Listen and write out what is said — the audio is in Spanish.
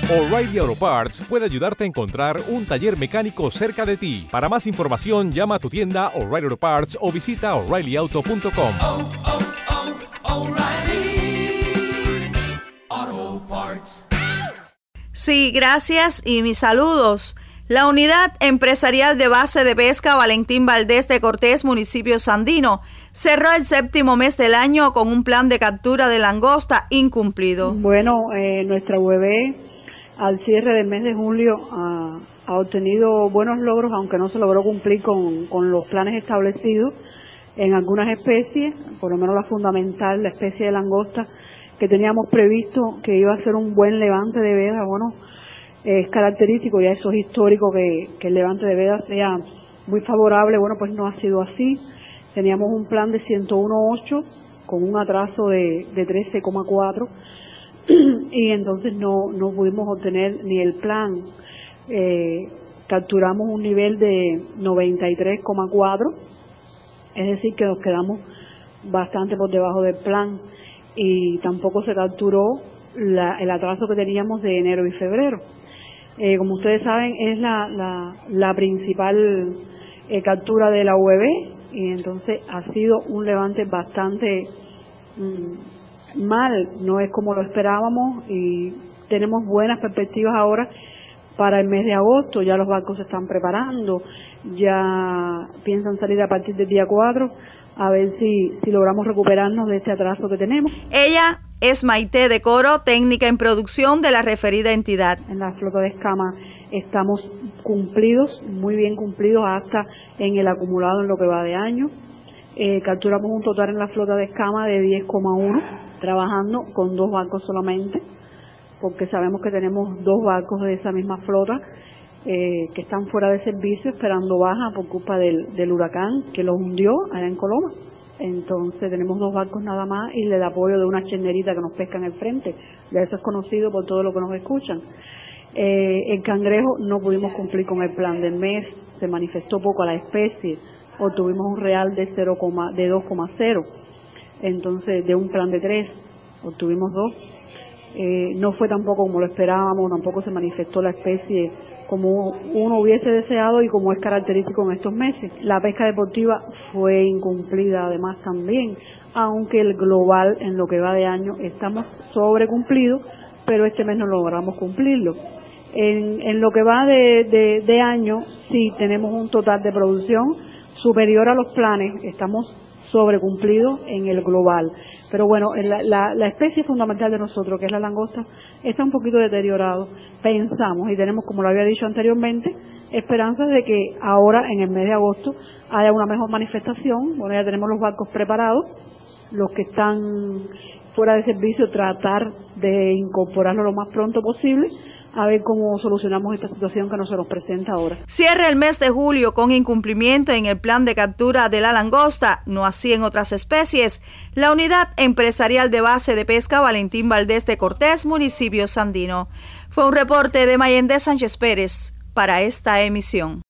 O'Reilly Auto Parts puede ayudarte a encontrar un taller mecánico cerca de ti. Para más información, llama a tu tienda O'Reilly Auto Parts o visita O'ReillyAuto.com. O'Reilly Auto Parts. Sí, gracias y mis saludos. La Unidad Empresarial de Base de Pesca Valentín Valdés de Cortés, municipio Sandino, cerró el séptimo mes del año con un plan de captura de langosta incumplido. Bueno, nuestra UEB al cierre del mes de julio ha obtenido buenos logros, aunque no se logró cumplir con los planes establecidos en algunas especies, por lo menos la fundamental, la especie de langosta, que teníamos previsto que iba a ser un buen levante de veda. Bueno, es característico, ya eso es histórico, que el levante de veda sea muy favorable. Bueno, pues no ha sido así. Teníamos un plan de 101.8 con un atraso de 13.4 y entonces no pudimos obtener ni el plan. Capturamos un nivel de 93.4, es decir que nos quedamos bastante por debajo del plan, y tampoco se capturó el atraso que teníamos de enero y febrero. Como ustedes saben, es la principal captura de la UEB, y entonces ha sido un levante bastante mal, no es como lo esperábamos, y tenemos buenas perspectivas ahora para el mes de agosto. Ya los barcos se están preparando, ya piensan salir a partir del día 4, a ver si logramos recuperarnos de este atraso que tenemos. Ella es Maite de Coro, técnica en producción de la referida entidad. En la flota de escama estamos cumplidos, muy bien cumplidos, hasta en el acumulado en lo que va de año. Capturamos un total en la flota de escama de 10.1, trabajando con 2 barcos solamente, porque sabemos que tenemos 2 barcos de esa misma flota que están fuera de servicio esperando baja por culpa del huracán que los hundió allá en Coloma. Entonces tenemos 2 barcos nada más y el apoyo de una chernerita que nos pesca en el frente. Ya eso es conocido por todo lo que nos escuchan. El cangrejo no pudimos cumplir con el plan del mes, se manifestó poco a la especie, obtuvimos un real de 2.0, entonces de un plan de 3 obtuvimos 2. No fue tampoco como lo esperábamos, tampoco se manifestó la especie como uno hubiese deseado y como es característico en estos meses. La pesca deportiva fue incumplida además también, aunque el global en lo que va de año estamos sobrecumplidos, pero este mes no logramos cumplirlo. En lo que va de año sí tenemos un total de producción superior a los planes, estamos sobrecumplidos en el global. Pero bueno, la especie fundamental de nosotros, que es la langosta, está un poquito deteriorado. Pensamos y tenemos, como lo había dicho anteriormente, esperanzas de que ahora en el mes de agosto haya una mejor manifestación. Bueno, ya tenemos los barcos preparados, los que están fuera de servicio, tratar de incorporarlo lo más pronto posible, a ver cómo solucionamos esta situación que no se nos presenta ahora. Cierra el mes de julio con incumplimiento en el plan de captura de la langosta, no así en otras especies. La Unidad Empresarial de Base de Pesca Valentín Valdés de Cortés, municipio Sandino. Fue un reporte de Mayende Sánchez Pérez para esta emisión.